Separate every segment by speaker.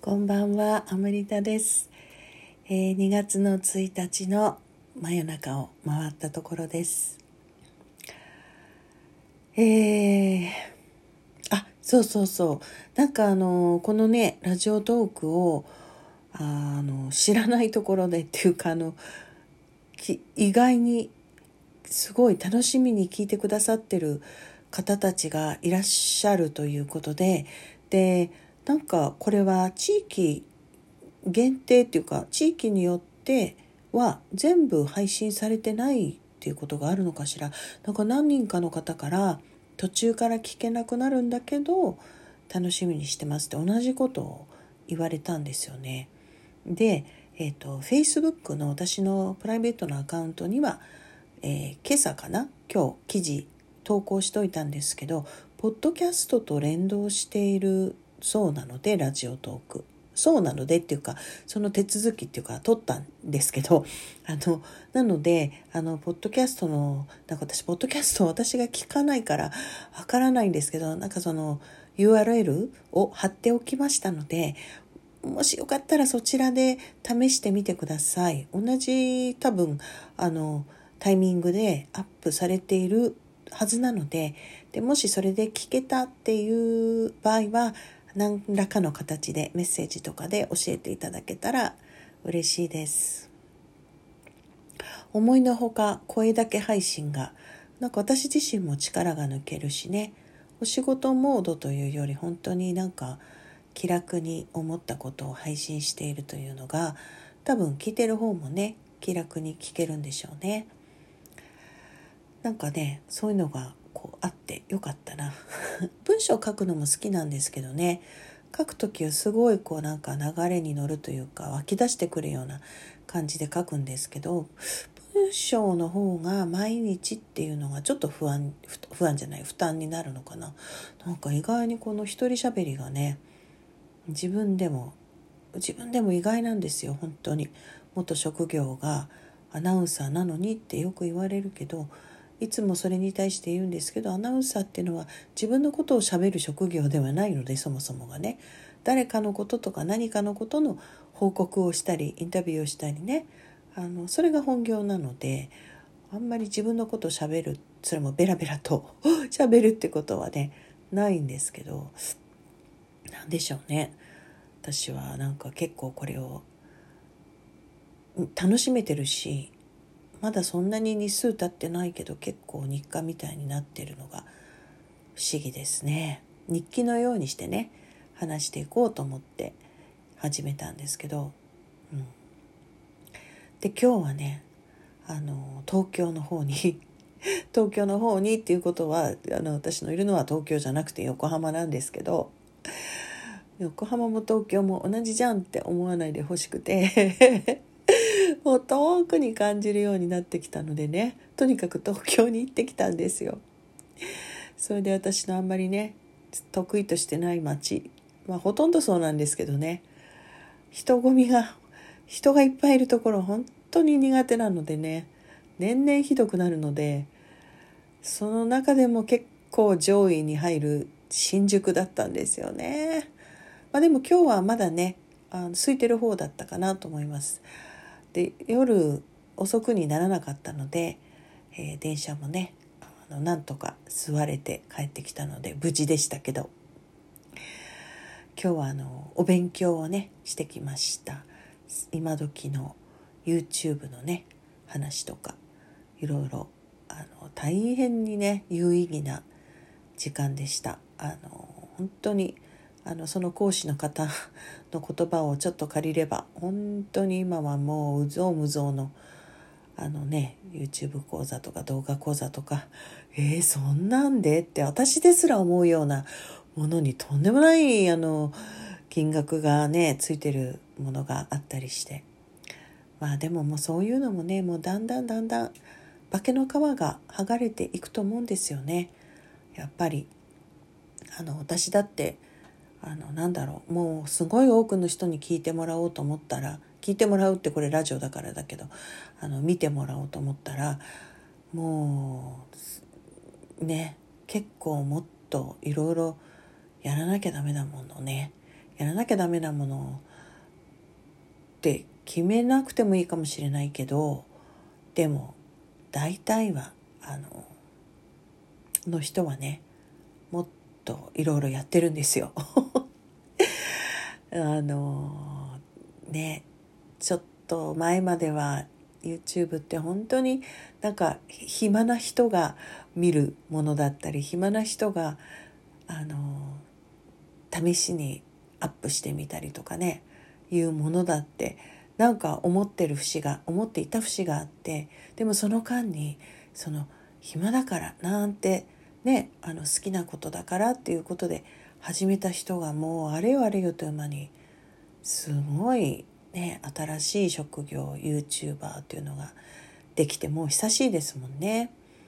Speaker 1: こんばんは、アムリタです。2月の1日の真夜中を回ったところです。そう。なんかこのね、ラジオトークを知らないところでっていうか意外にすごい楽しみに聞いてくださってる方たちがいらっしゃるということで、なんかこれは地域限定っていうか地域によっては全部配信されてないっていうことがあるのかしら。なんか何人かの方から途中から聞けなくなるんだけど楽しみにしてますって同じことを言われたんですよね。で、Facebook の私のプライベートのアカウントには、今朝かな今日記事投稿しといたんですけど、ポッドキャストと連動しているそうなので、ラジオトークそうなのでっていうか、その手続きっていうか取ったんですけど、なのでポッドキャストのなんかポッドキャストを私が聞かないからわからないんですけど、なんかその URL を貼っておきましたので、もしよかったらそちらで試してみてください。同じ多分タイミングでアップされているはずなので、もしそれで聞けたっていう場合は何らかの形でメッセージとかで教えていただけたら嬉しいです。思いのほか声だけ配信がなんか私自身も力が抜けるしね、お仕事モードというより本当になんか気楽に思ったことを配信しているというのが、多分聞いてる方もね気楽に聞けるんでしょうね。なんかね、そういうのがあってよかったな文章を書くのも好きなんですけどね、書くときはすごいなんか流れに乗るというか湧き出してくるような感じで書くんですけど、文章の方が毎日っていうのがちょっと負担になるのかな。なんか意外にこの一人喋りがね、自分でも意外なんですよ。本当に元職業がアナウンサーなのにってよく言われるけど、いつもそれに対して言うんですけど、アナウンサーっていうのは自分のことを喋る職業ではないので、そもそもがね、誰かのこととか何かのことの報告をしたりインタビューをしたりね、それが本業なので、あんまり自分のことを喋る、それもベラベラと喋るってことはねないんですけど、なんでしょうね、私はなんか結構これを楽しめてるし、まだそんなに日数経ってないけど結構日課みたいになってるのが不思議ですね。日記のようにしてね話していこうと思って始めたんですけど、で今日はね東京の方に東京の方にっていうことは私のいるのは東京じゃなくて横浜なんですけど、横浜も東京も同じじゃんって思わないでほしくてもう遠くに感じるようになってきたのでね、とにかく東京に行ってきたんですよ。それで私のあんまりね得意としてない街、ほとんどそうなんですけどね、人がいっぱいいるところ本当に苦手なのでね、年々ひどくなるので、その中でも結構上位に入る新宿だったんですよね。でも今日はまだね空いてる方だったかなと思います。で夜遅くにならなかったので、電車もねなんとか座れて帰ってきたので無事でしたけど、今日はお勉強をねしてきました。今時の YouTube のね話とかいろいろ大変にね有意義な時間でした。本当にその講師の方の言葉をちょっと借りれば、本当に今はもううぞうむぞうのYouTube 講座とか動画講座とか、そんなんでって私ですら思うようなものにとんでもない金額がねついてるものがあったりして、でももうそういうのもね、もうだんだん化けの皮が剥がれていくと思うんですよね。やっぱり私だってもうすごい多くの人に聞いてもらおうと思ったら、聞いてもらうってこれラジオだからだけど見てもらおうと思ったら、もうね結構もっといろいろやらなきゃダメだものね。 やらなきゃダメなものって決めなくてもいいかもしれないけど、でも大体はの人はね、もっといろいろやってるんですよね、ちょっと前までは YouTube って本当になんか暇な人が見るものだったり、暇な人が試しにアップしてみたりとかね、いうものだってなんか思っていた節があって、でもその間に暇だからなんてね、好きなことだからっていうことで始めた人がもうあれよあれよという間にすごいね、新しい職業 YouTuber っていうのができてもう久しいですもんね。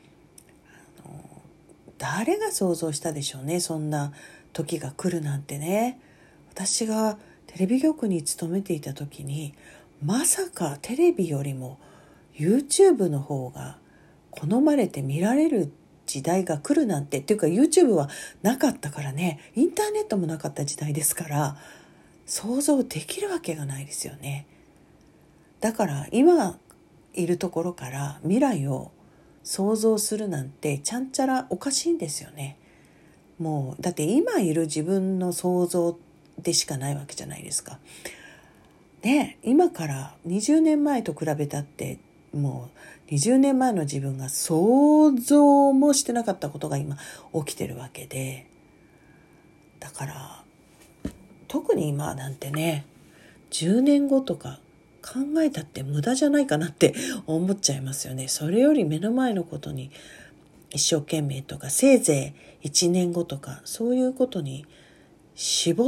Speaker 1: 誰が想像したでしょうね、そんな時が来るなんてね。私がテレビ局に勤めていた時に、まさかテレビよりも YouTube の方が好まれて見られる時代が来るなんて、っていうか YouTube はなかったからね、インターネットもなかった時代ですから、想像できるわけがないですよね。だから今いるところから未来を想像するなんてちゃんちゃらおかしいんですよね。もうだって今いる自分の想像でしかないわけじゃないですか。ね、今から20年前と比べたってもう20年前の自分が想像もしてなかったことが今起きてるわけで、だから特に今なんてね、10年後とか考えたって無駄じゃないかなって思っちゃいますよね。それより目の前のことに一生懸命とか、せいぜい1年後とかそういうことに絞って、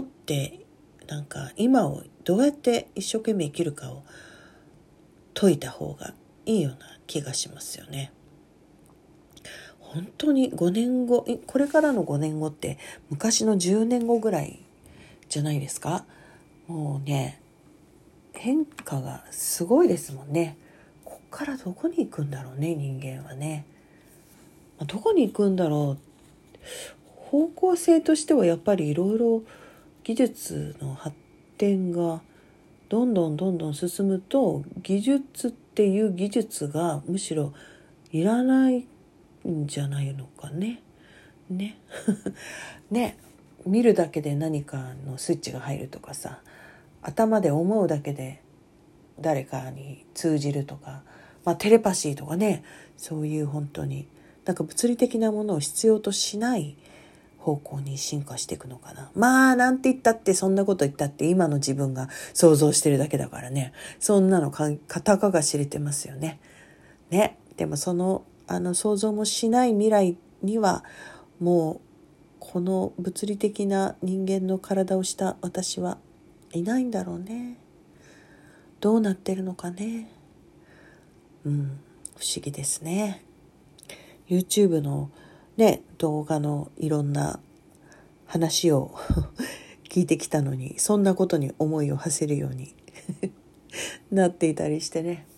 Speaker 1: なんか今をどうやって一生懸命生きるかを解いた方がいいような気がしますよね。本当に5年後、これからの5年後って昔の10年後ぐらいじゃないですか。もうね、変化がすごいですもんね。こっからどこに行くんだろうね、人間はね。どこに行くんだろう。方向性としてはやっぱりいろいろ技術の発展がどんどん進むと、技術っていう技術がむしろいらないんじゃないのかね。ねね、見るだけで何かのスイッチが入るとかさ、頭で思うだけで誰かに通じるとか、テレパシーとかね、そういう本当になんか物理的なものを必要としない方向に進化していくのかな。なんて言ったって、そんなこと言ったって今の自分が想像してるだけだからね、そんなのかたかが知れてますよね。ね、でも想像もしない未来にはもうこの物理的な人間の体をした私はいないんだろうね。どうなってるのかね。不思議ですね。YouTube のね、動画のいろんな話を聞いてきたのに、そんなことに思いを馳せるようになっていたりしてね。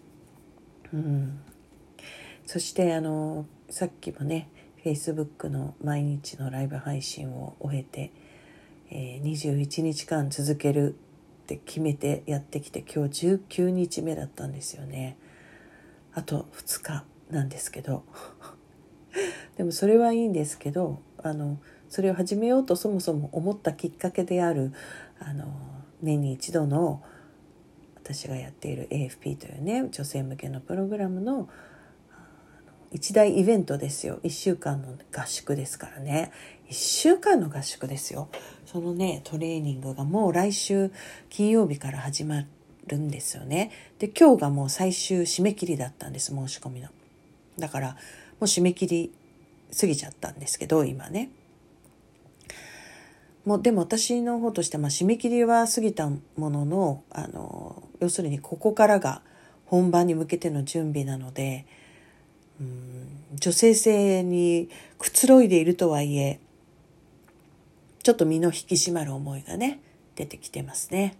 Speaker 1: そしてさっきもね、Facebook の毎日のライブ配信を終えて、21日間続けるって決めてやってきて、今日19日目だったんですよね。あと2日なんですけどでもそれはいいんですけど、それを始めようとそもそも思ったきっかけである年に一度の私がやっている AFP というね、女性向けのプログラムの一大イベントですよ。1週間の合宿ですからね。1週間の合宿ですよ。そのね、トレーニングがもう来週金曜日から始まるんですよね。で、今日がもう最終締め切りだったんです、申し込みの。だからもう締め切り過ぎちゃったんですけど、今ね。もうでも私の方としては、締め切りは過ぎたものの、要するにここからが本番に向けての準備なので、女性性にくつろいでいるとはいえ、ちょっと身の引き締まる思いがね出てきてますね。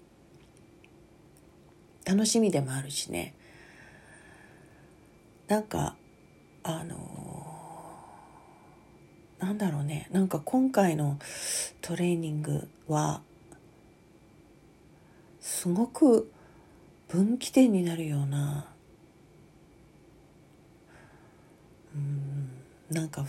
Speaker 1: 楽しみでもあるしね。なんかなんだろうね、なんか今回のトレーニングはすごく分岐点になるような、なんか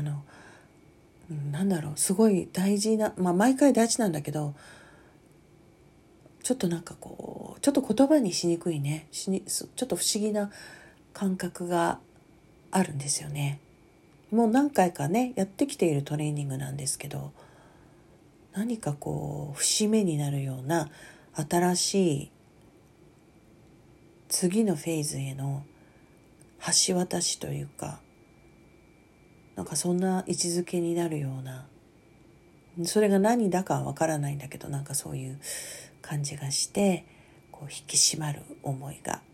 Speaker 1: なんだろう、すごい大事な、毎回大事なんだけど、ちょっとなんかこうちょっと言葉にしにくいね、ちょっと不思議な感覚があるんですよね。もう何回かねやってきているトレーニングなんですけど、何かこう節目になるような新しい次のフェーズへの橋渡しというか、なんかそんな位置づけになるような、それが何だかはわからないんだけど、なんかそういう感じがして、こう引き締まる思いが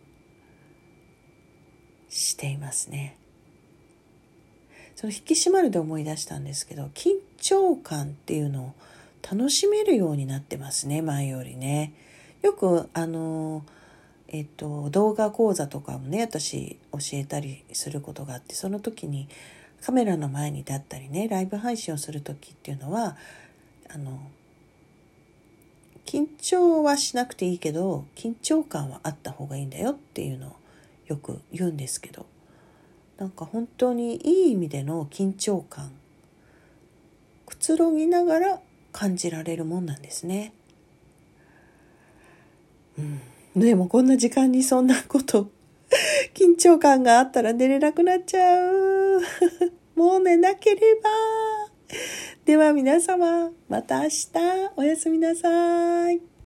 Speaker 1: していますね。その引き締まるで思い出したんですけど、緊張感っていうのを楽しめるようになってますね、前よりね。よく動画講座とかもね、私教えたりすることがあって、その時にカメラの前に立ったりね、ライブ配信をする時っていうのは、緊張はしなくていいけど緊張感はあった方がいいんだよっていうのをよく言うんですけど、なんか本当にいい意味での緊張感、くつろぎながら感じられるもんなんですね。でもこんな時間にそんなこと緊張感があったら寝れなくなっちゃうもう寝なければ。では皆様、また明日おやすみなさい。